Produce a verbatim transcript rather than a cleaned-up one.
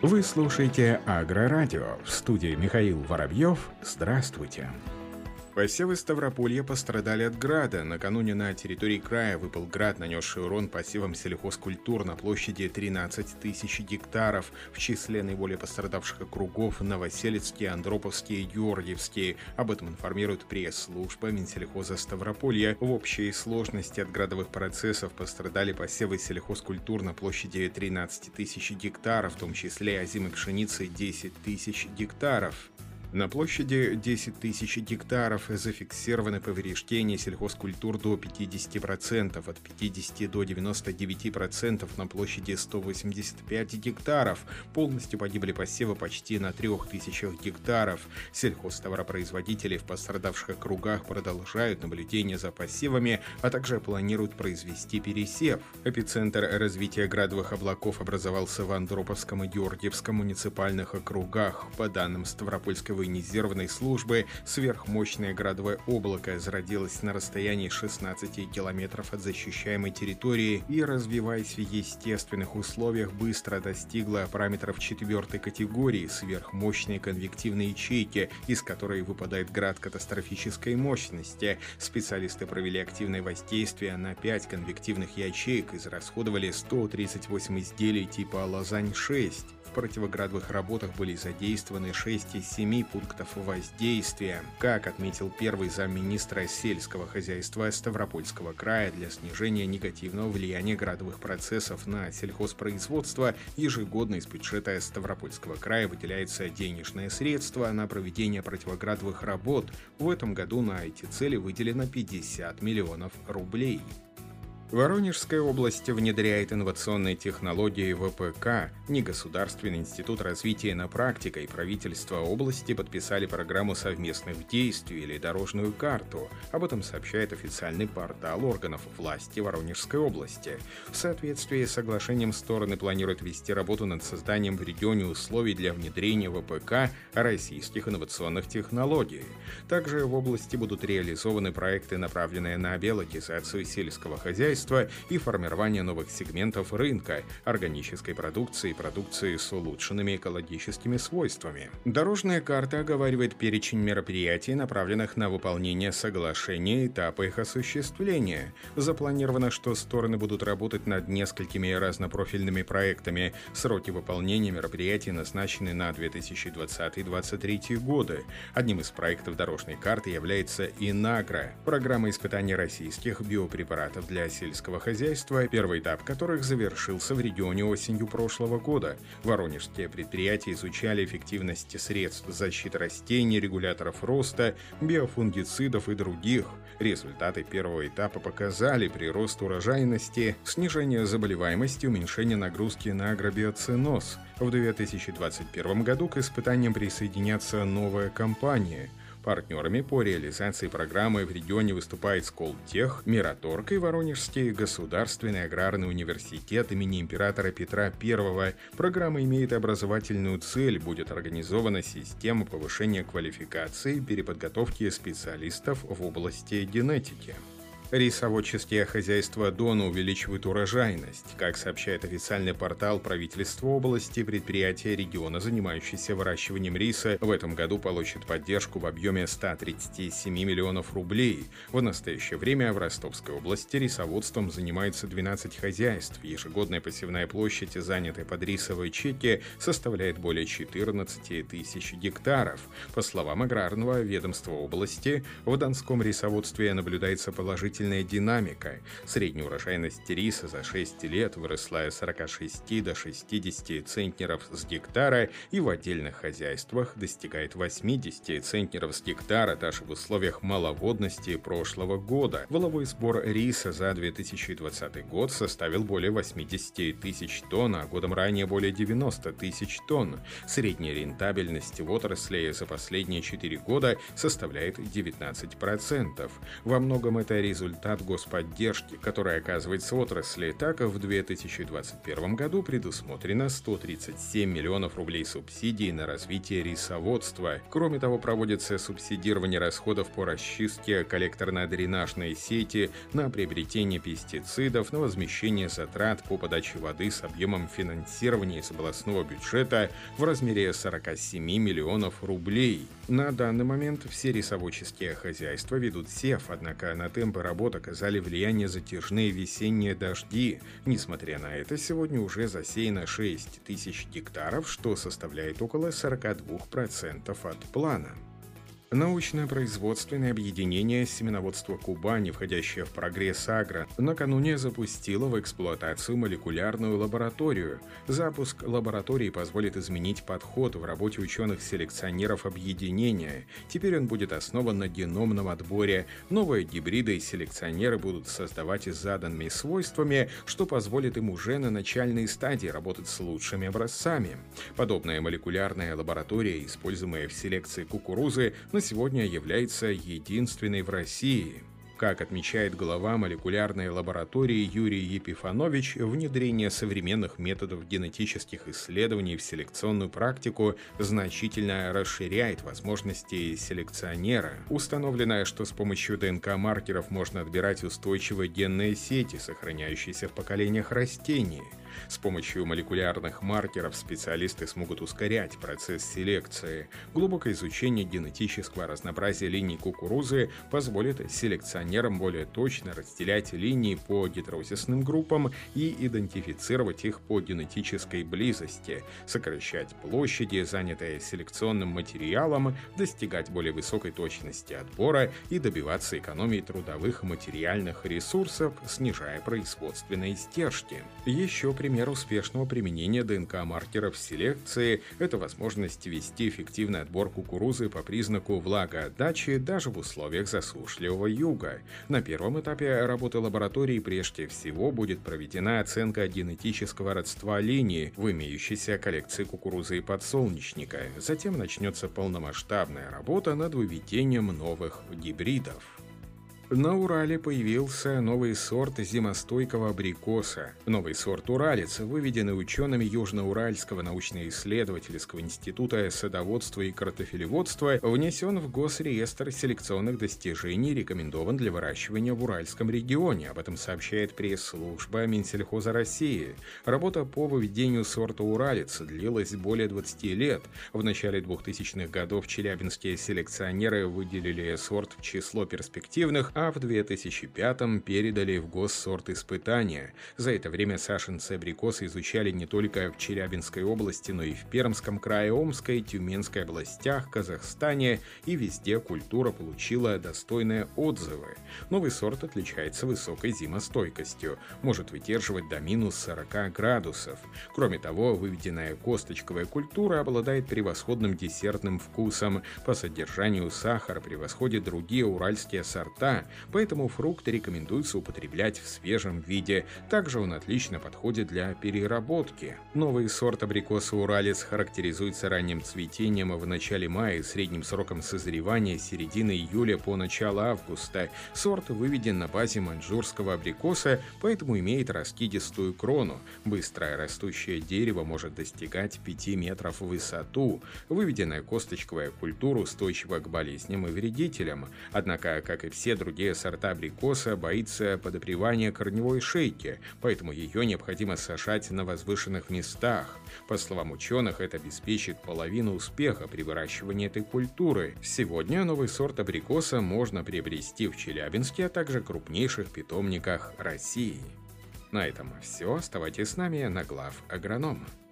Вы слушаете Агрорадио. В студии Михаил Воробьев. Здравствуйте. Посевы Ставрополья пострадали от града. Накануне на территории края выпал град, нанесший урон посевам сельхозкультур на площади тринадцать тысяч гектаров. В числе наиболее пострадавших округов Новоселецкие, Андроповские и Георгиевские. Об этом информирует пресс-служба Минсельхоза Ставрополья. В общей сложности от градовых процессов пострадали посевы сельхозкультур на площади тринадцать тысяч гектаров, в том числе озимой пшеницы десять тысяч гектаров. На площади десять тысяч гектаров зафиксированы повреждения сельхозкультур до пятидесяти процентов, от пятидесяти до девяноста девяти процентов на площади сто восемьдесят пять гектаров. Полностью погибли посевы почти на трех тысячах гектаров. Сельхозтоваропроизводители в пострадавших округах продолжают наблюдение за посевами, а также планируют произвести пересев. Эпицентр развития градовых облаков образовался в Андроповском и Георгиевском муниципальных округах. По данным Ставропольского военизированной службы, сверхмощное градовое облако зародилось на расстоянии шестнадцати километров от защищаемой территории и, развиваясь в естественных условиях, быстро достигло параметров четвертой категории сверхмощной конвективной ячейки, из которой выпадает град катастрофической мощности. Специалисты провели активное воздействие на пять конвективных ячеек, израсходовали сто тридцать восемь изделий типа «Лазань-шесть». В противоградовых работах были задействованы шесть из семи пунктов воздействия. Как отметил первый замминистра сельского хозяйства Ставропольского края, для снижения негативного влияния градовых процессов на сельхозпроизводство ежегодно из бюджета Ставропольского края выделяется денежное средство на проведение противоградовых работ. В этом году на эти цели выделено пятьдесят миллионов рублей. Воронежская область внедряет инновационные технологии в ВПК. Негосударственный институт развития на практике и правительство области подписали программу совместных действий или дорожную карту. Об этом сообщает официальный портал органов власти Воронежской области. В соответствии с соглашением стороны планируют вести работу над созданием в регионе условий для внедрения в ВПК российских инновационных технологий. Также в области будут реализованы проекты, направленные на биологизацию сельского хозяйства и формирование новых сегментов рынка органической продукции и продукции с улучшенными экологическими свойствами. Дорожная карта оговаривает перечень мероприятий, направленных на выполнение соглашения и этапы их осуществления. Запланировано, что стороны будут работать над несколькими разнопрофильными проектами. Сроки выполнения мероприятий назначены на две тысячи двадцатый — две тысячи двадцать третий годы. Одним из проектов дорожной карты является «Инагра» — программа испытаний российских биопрепаратов для сельского хозяйства, первый этап которых завершился в регионе осенью прошлого года. Воронежские предприятия изучали эффективность средств защиты растений, регуляторов роста, биофунгицидов и других. Результаты первого этапа показали прирост урожайности, снижение заболеваемости, уменьшение нагрузки на агробиоценоз. В две тысячи двадцать первом году к испытаниям присоединятся новая компания. Партнерами по реализации программы в регионе выступает Сколтех, Мираторг и Воронежский государственный аграрный университет имени императора Петра Первого. Программа имеет образовательную цель, будет организована система повышения квалификации и переподготовки специалистов в области генетики. Рисоводческие хозяйства Дона увеличивают урожайность. Как сообщает официальный портал правительства области, предприятия региона, занимающиеся выращиванием риса, в этом году получат поддержку в объеме ста тридцати семи миллионов рублей. В настоящее время в Ростовской области рисоводством занимаются двенадцать хозяйств. Ежегодная посевная площадь, занятая под рисовые чеки, составляет более четырнадцати тысяч гектаров. По словам аграрного ведомства области, в донском рисоводстве наблюдается положительный динамика. Средняя урожайность риса за шесть лет выросла с сорока шести до шестидесяти центнеров с гектара и в отдельных хозяйствах достигает восьмидесяти центнеров с гектара, даже в условиях маловодности прошлого года. Валовой сбор риса за две тысячи двадцатый год составил более восьмидесяти тысяч тонн, а годом ранее более девяноста тысяч тонн. Средняя рентабельность в отрасли за последние четыре года составляет девятнадцать процентов. Во многом это результат результат господдержки, которая оказывается отрасли. Так, в две тысячи двадцать первом году предусмотрено сто тридцать семь миллионов рублей субсидий на развитие рисоводства. Кроме того, проводится субсидирование расходов по расчистке коллекторно-дренажной сети, на приобретение пестицидов, на возмещение затрат по подаче воды с объемом финансирования из областного бюджета в размере сорок семь миллионов рублей. На данный момент все рисоводческие хозяйства ведут сев, однако на темпы работ оказали влияние затяжные весенние дожди. Несмотря на это, сегодня уже засеяно шесть тысяч гектаров, что составляет около сорок два процента от плана. Научно-производственное объединение «Семеноводство Кубани», входящее в «Прогресс Агро», накануне запустило в эксплуатацию молекулярную лабораторию. Запуск лаборатории позволит изменить подход в работе ученых-селекционеров объединения. Теперь он будет основан на геномном отборе. Новые гибриды и селекционеры будут создавать с заданными свойствами, что позволит им уже на начальной стадии работать с лучшими образцами. Подобная молекулярная лаборатория, используемая в селекции кукурузы, на сегодня является единственной в России. Как отмечает глава молекулярной лаборатории Юрий Епифанович, внедрение современных методов генетических исследований в селекционную практику значительно расширяет возможности селекционера. Установлено, что с помощью ДНК-маркеров можно отбирать устойчивые генные сети, сохраняющиеся в поколениях растений. С помощью молекулярных маркеров специалисты смогут ускорять процесс селекции. Глубокое изучение генетического разнообразия линий кукурузы позволит селекционерам более точно разделять линии по гетерозисным группам и идентифицировать их по генетической близости, сокращать площади, занятые селекционным материалом, достигать более высокой точности отбора и добиваться экономии трудовых и материальных ресурсов, снижая производственные издержки. Еще пример успешного применения ДНК-маркеров в селекции – это возможность вести эффективный отбор кукурузы по признаку влагоотдачи даже в условиях засушливого юга. На первом этапе работы лаборатории прежде всего будет проведена оценка генетического родства линии в имеющейся коллекции кукурузы и подсолнечника. Затем начнется полномасштабная работа над выведением новых гибридов. На Урале появился новый сорт зимостойкого абрикоса. Новый сорт «Уралец», выведенный учеными Южноуральского научно-исследовательского института садоводства и картофелеводства, внесен в Госреестр селекционных достижений и рекомендован для выращивания в Уральском регионе. Об этом сообщает пресс-служба Минсельхоза России. Работа по выведению сорта «Уралец» длилась более двадцати лет. В начале двухтысячных годов челябинские селекционеры выделили сорт в число перспективных, а в две тысячи пятом передали в госсорт испытания. За это время саженцы абрикоса изучали не только в Челябинской области, но и в Пермском крае, Омской, Тюменской областях, Казахстане, и везде культура получила достойные отзывы. Новый сорт отличается высокой зимостойкостью, может выдерживать до минус сорока градусов. Кроме того, выведенная косточковая культура обладает превосходным десертным вкусом. По содержанию сахара превосходит другие уральские сорта, поэтому фрукт рекомендуется употреблять в свежем виде. Также он отлично подходит для переработки. Новый сорт абрикоса «Уралец» характеризуется ранним цветением в начале мая, средним сроком созревания с середины июля по начало августа. Сорт выведен на базе маньчжурского абрикоса, поэтому имеет раскидистую крону. Быстро растущее дерево может достигать пяти метров в высоту. Выведенная косточковая культура устойчива к болезням и вредителям. Однако, как и все другие сорта абрикоса, боится подопревания корневой шейки, поэтому ее необходимо сажать на возвышенных местах. По словам ученых, это обеспечит половину успеха при выращивании этой культуры. Сегодня новый сорт абрикоса можно приобрести в Челябинске, а также крупнейших питомниках России. На этом все. Оставайтесь с нами на Глав Агроном.